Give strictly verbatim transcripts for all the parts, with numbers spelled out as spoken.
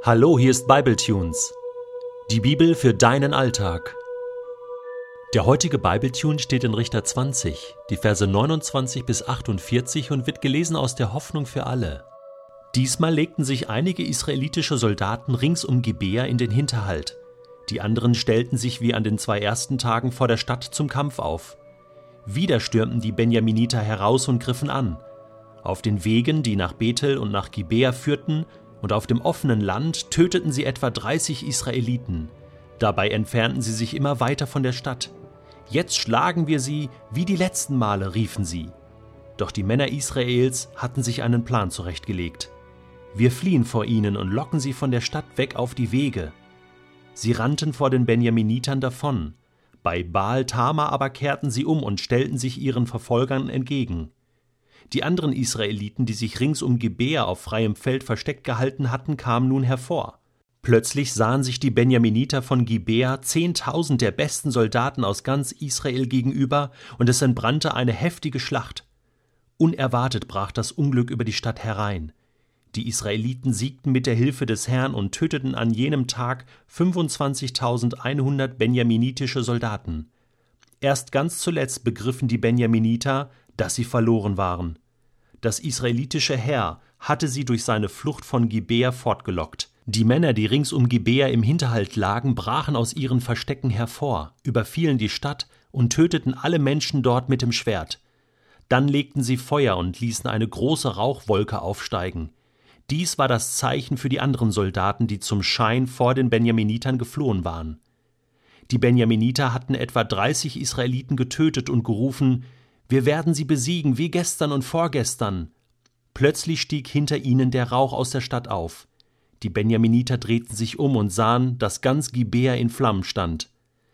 Hallo, hier ist Bibletunes, die Bibel für deinen Alltag. Der heutige Bibletune steht in Richter zwanzig, die Verse neunundzwanzig bis achtundvierzig und wird gelesen aus der Hoffnung für alle. Diesmal legten sich einige israelitische Soldaten rings um Gibea in den Hinterhalt. Die anderen stellten sich wie an den zwei ersten Tagen vor der Stadt zum Kampf auf. Wieder stürmten die Benjaminiter heraus und griffen an. Auf den Wegen, die nach Bethel und nach Gibea führten, und auf dem offenen Land töteten sie etwa dreißig Israeliten. Dabei entfernten sie sich immer weiter von der Stadt. »Jetzt schlagen wir sie, wie die letzten Male«, riefen sie. Doch die Männer Israels hatten sich einen Plan zurechtgelegt. »Wir fliehen vor ihnen und locken sie von der Stadt weg auf die Wege.« Sie rannten vor den Benjaminitern davon. Bei Baal Tama aber kehrten sie um und stellten sich ihren Verfolgern entgegen. Die anderen Israeliten, die sich rings um Gibea auf freiem Feld versteckt gehalten hatten, kamen nun hervor. Plötzlich sahen sich die Benjaminiter von Gibea zehntausend der besten Soldaten aus ganz Israel gegenüber, und es entbrannte eine heftige Schlacht. Unerwartet brach das Unglück über die Stadt herein. Die Israeliten siegten mit der Hilfe des Herrn und töteten an jenem Tag fünfundzwanzigtausendeinhundert benjaminitische Soldaten. Erst ganz zuletzt begriffen die Benjaminiter, dass sie verloren waren. Das israelitische Heer hatte sie durch seine Flucht von Gibea fortgelockt. Die Männer, die rings um Gibea im Hinterhalt lagen, brachen aus ihren Verstecken hervor, überfielen die Stadt und töteten alle Menschen dort mit dem Schwert. Dann legten sie Feuer und ließen eine große Rauchwolke aufsteigen. Dies war das Zeichen für die anderen Soldaten, die zum Schein vor den Benjaminitern geflohen waren. Die Benjaminiter hatten etwa dreißig Israeliten getötet und gerufen: »Wir werden sie besiegen, wie gestern und vorgestern.« Plötzlich stieg hinter ihnen der Rauch aus der Stadt auf. Die Benjaminiter drehten sich um und sahen, dass ganz Gibea in Flammen stand.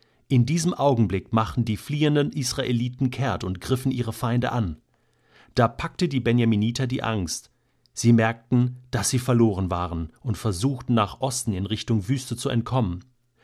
In diesem Augenblick machten die fliehenden Israeliten kehrt und griffen ihre Feinde an. Da packte die Benjaminiter die Angst. Sie merkten, dass sie verloren waren, und versuchten nach Osten in Richtung Wüste zu entkommen.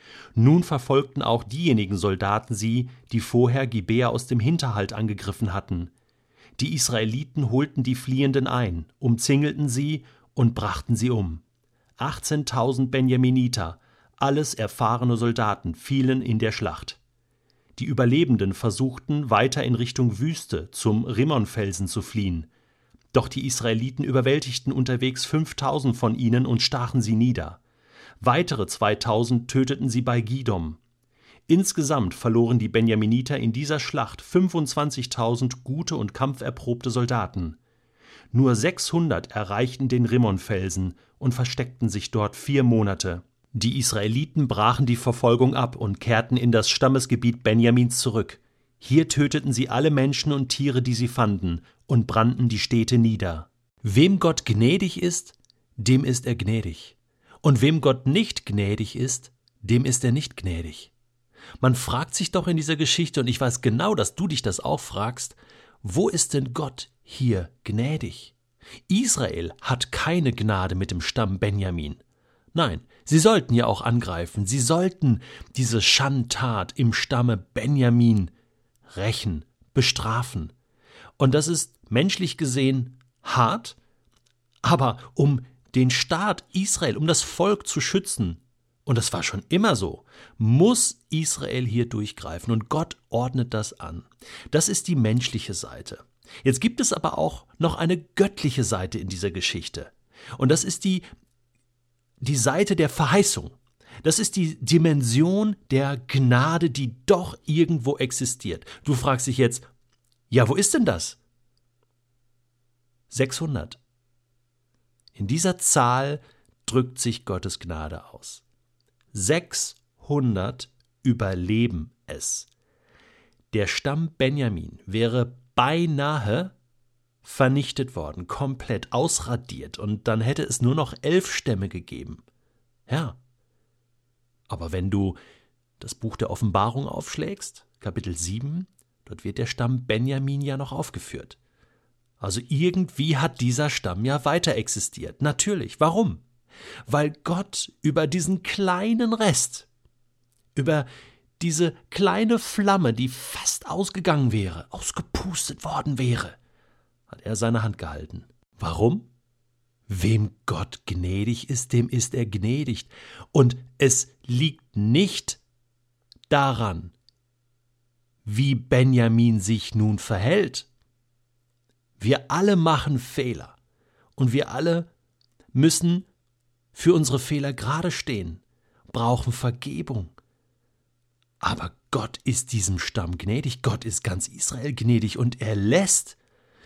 Nun verfolgten auch diejenigen Soldaten sie, die vorher Gibea aus dem Hinterhalt angegriffen hatten. Die Israeliten holten die Fliehenden ein, umzingelten sie und brachten sie um. achtzehntausend Benjaminiter, alles erfahrene Soldaten, fielen in der Schlacht. Die Überlebenden versuchten, weiter in Richtung Wüste zum Rimonfelsen zu fliehen. Doch die Israeliten überwältigten unterwegs fünftausend von ihnen und stachen sie nieder. Weitere zweitausend töteten sie bei Gidom. Insgesamt verloren die Benjaminiter in dieser Schlacht fünfundzwanzigtausend gute und kampferprobte Soldaten. Nur sechshundert erreichten den Rimonfelsen und versteckten sich dort vier Monate. Die Israeliten brachen die Verfolgung ab und kehrten in das Stammesgebiet Benjamins zurück. Hier töteten sie alle Menschen und Tiere, die sie fanden, und brannten die Städte nieder. Wem Gott gnädig ist, dem ist er gnädig. Und wem Gott nicht gnädig ist, dem ist er nicht gnädig. Man fragt sich doch in dieser Geschichte, und ich weiß genau, dass du dich das auch fragst, wo ist denn Gott hier gnädig? Israel hat keine Gnade mit dem Stamm Benjamin. Nein, sie sollten ja auch angreifen, sie sollten diese Schandtat im Stamme Benjamin rächen, bestrafen. Und das ist menschlich gesehen hart, aber um den Staat Israel, um das Volk zu schützen, und das war schon immer so, muss Israel hier durchgreifen, und Gott ordnet das an. Das ist die menschliche Seite. Jetzt gibt es aber auch noch eine göttliche Seite in dieser Geschichte, und das ist die, die Seite der Verheißung. Das ist die Dimension der Gnade, die doch irgendwo existiert. Du fragst dich jetzt, ja, wo ist denn das? sechshundert. In dieser Zahl drückt sich Gottes Gnade aus. sechshundert überleben es. Der Stamm Benjamin wäre beinahe vernichtet worden, komplett ausradiert, und dann hätte es nur noch elf Stämme gegeben. Ja. Aber wenn du das Buch der Offenbarung aufschlägst, Kapitel sieben, dort wird der Stamm Benjamin ja noch aufgeführt. Also irgendwie hat dieser Stamm ja weiter existiert. Natürlich. Warum? Weil Gott über diesen kleinen Rest, über diese kleine Flamme, die fast ausgegangen wäre, ausgepustet worden wäre, hat er seine Hand gehalten. Warum? Wem Gott gnädig ist, dem ist er gnädig. Und es liegt nicht daran, wie Benjamin sich nun verhält. Wir alle machen Fehler und wir alle müssen für unsere Fehler gerade stehen, brauchen Vergebung. Aber Gott ist diesem Stamm gnädig, Gott ist ganz Israel gnädig und er lässt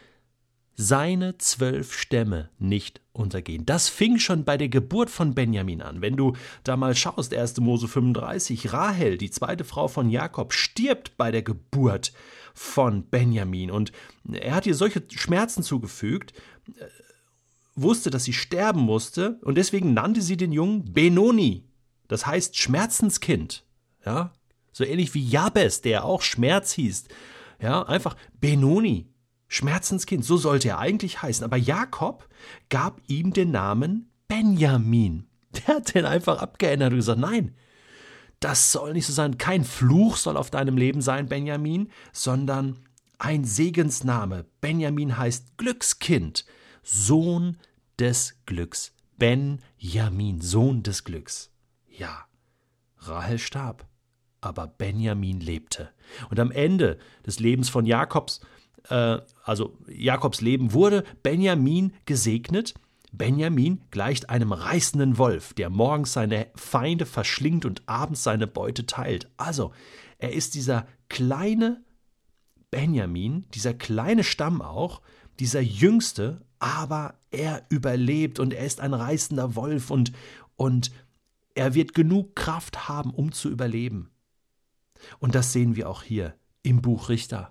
seine zwölf Stämme nicht untergehen. Das fing schon bei der Geburt von Benjamin an. Wenn du da mal schaust, erster Mose fünfunddreißig, Rahel, die zweite Frau von Jakob, stirbt bei der Geburt von Benjamin. Und er hat ihr solche Schmerzen zugefügt, wusste, dass sie sterben musste und deswegen nannte sie den Jungen Benoni. Das heißt Schmerzenskind. Ja, so ähnlich wie Jabes, der auch Schmerz hieß. Ja, einfach Benoni. Schmerzenskind, so sollte er eigentlich heißen. Aber Jakob gab ihm den Namen Benjamin. Der hat den einfach abgeändert und gesagt, nein, das soll nicht so sein. Kein Fluch soll auf deinem Leben sein, Benjamin, sondern ein Segensname. Benjamin heißt Glückskind, Sohn des Glücks. Benjamin, Sohn des Glücks. Ja, Rahel starb, aber Benjamin lebte. Und am Ende des Lebens von Jakobs also Jakobs Leben, wurde Benjamin gesegnet. Benjamin gleicht einem reißenden Wolf, der morgens seine Feinde verschlingt und abends seine Beute teilt. Also, er ist dieser kleine Benjamin, dieser kleine Stamm auch, dieser jüngste, aber er überlebt und er ist ein reißender Wolf und, und er wird genug Kraft haben, um zu überleben. Und das sehen wir auch hier im Buch Richter.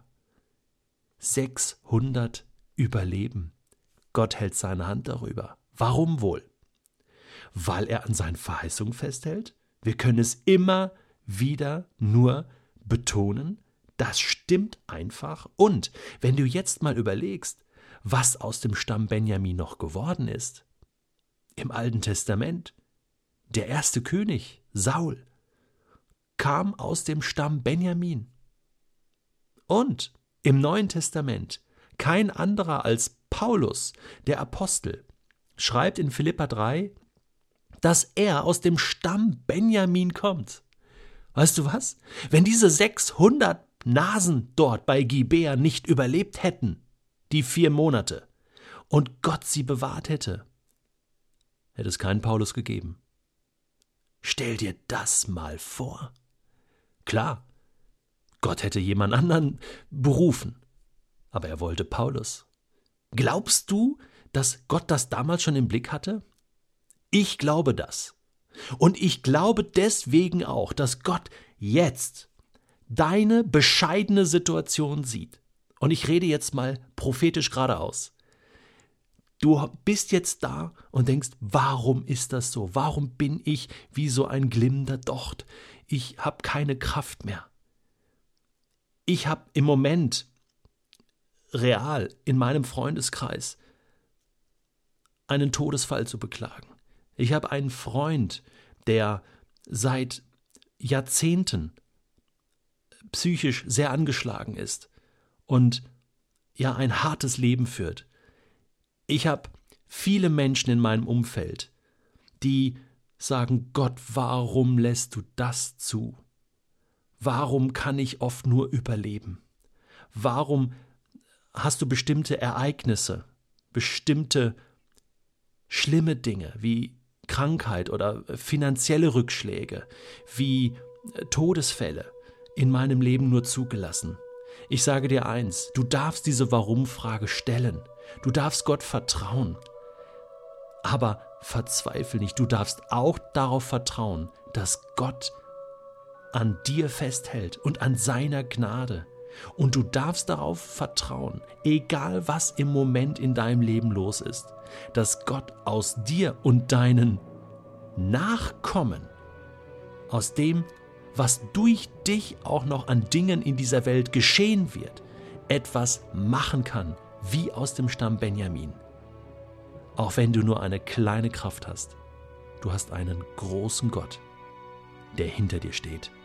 sechshundert überleben. Gott hält seine Hand darüber. Warum wohl? Weil er an seinen Verheißungen festhält? Wir können es immer wieder nur betonen. Das stimmt einfach. Und wenn du jetzt mal überlegst, was aus dem Stamm Benjamin noch geworden ist, im Alten Testament, der erste König, Saul, kam aus dem Stamm Benjamin. Und im Neuen Testament kein anderer als Paulus, der Apostel, schreibt in Philipper drei, dass er aus dem Stamm Benjamin kommt. Weißt du was? Wenn diese sechshundert Nasen dort bei Gibea nicht überlebt hätten, die vier Monate, und Gott sie bewahrt hätte, hätte es keinen Paulus gegeben. Stell dir das mal vor. Klar, Gott hätte jemand anderen berufen, aber er wollte Paulus. Glaubst du, dass Gott das damals schon im Blick hatte? Ich glaube das. Und ich glaube deswegen auch, dass Gott jetzt deine bescheidene Situation sieht. Und ich rede jetzt mal prophetisch geradeaus. Du bist jetzt da und denkst, warum ist das so? Warum bin ich wie so ein glimmender Docht? Ich habe keine Kraft mehr. Ich habe im Moment real in meinem Freundeskreis einen Todesfall zu beklagen. Ich habe einen Freund, der seit Jahrzehnten psychisch sehr angeschlagen ist und ja ein hartes Leben führt. Ich habe viele Menschen in meinem Umfeld, die sagen, Gott, warum lässt du das zu? Warum kann ich oft nur überleben? Warum hast du bestimmte Ereignisse, bestimmte schlimme Dinge wie Krankheit oder finanzielle Rückschläge, wie Todesfälle in meinem Leben nur zugelassen? Ich sage dir eins, du darfst diese Warum-Frage stellen. Du darfst Gott vertrauen. Aber verzweifle nicht, du darfst auch darauf vertrauen, dass Gott an dir festhält und an seiner Gnade. Und du darfst darauf vertrauen, egal was im Moment in deinem Leben los ist, dass Gott aus dir und deinen Nachkommen, aus dem, was durch dich auch noch an Dingen in dieser Welt geschehen wird, etwas machen kann, wie aus dem Stamm Benjamin. Auch wenn du nur eine kleine Kraft hast, du hast einen großen Gott, der hinter dir steht.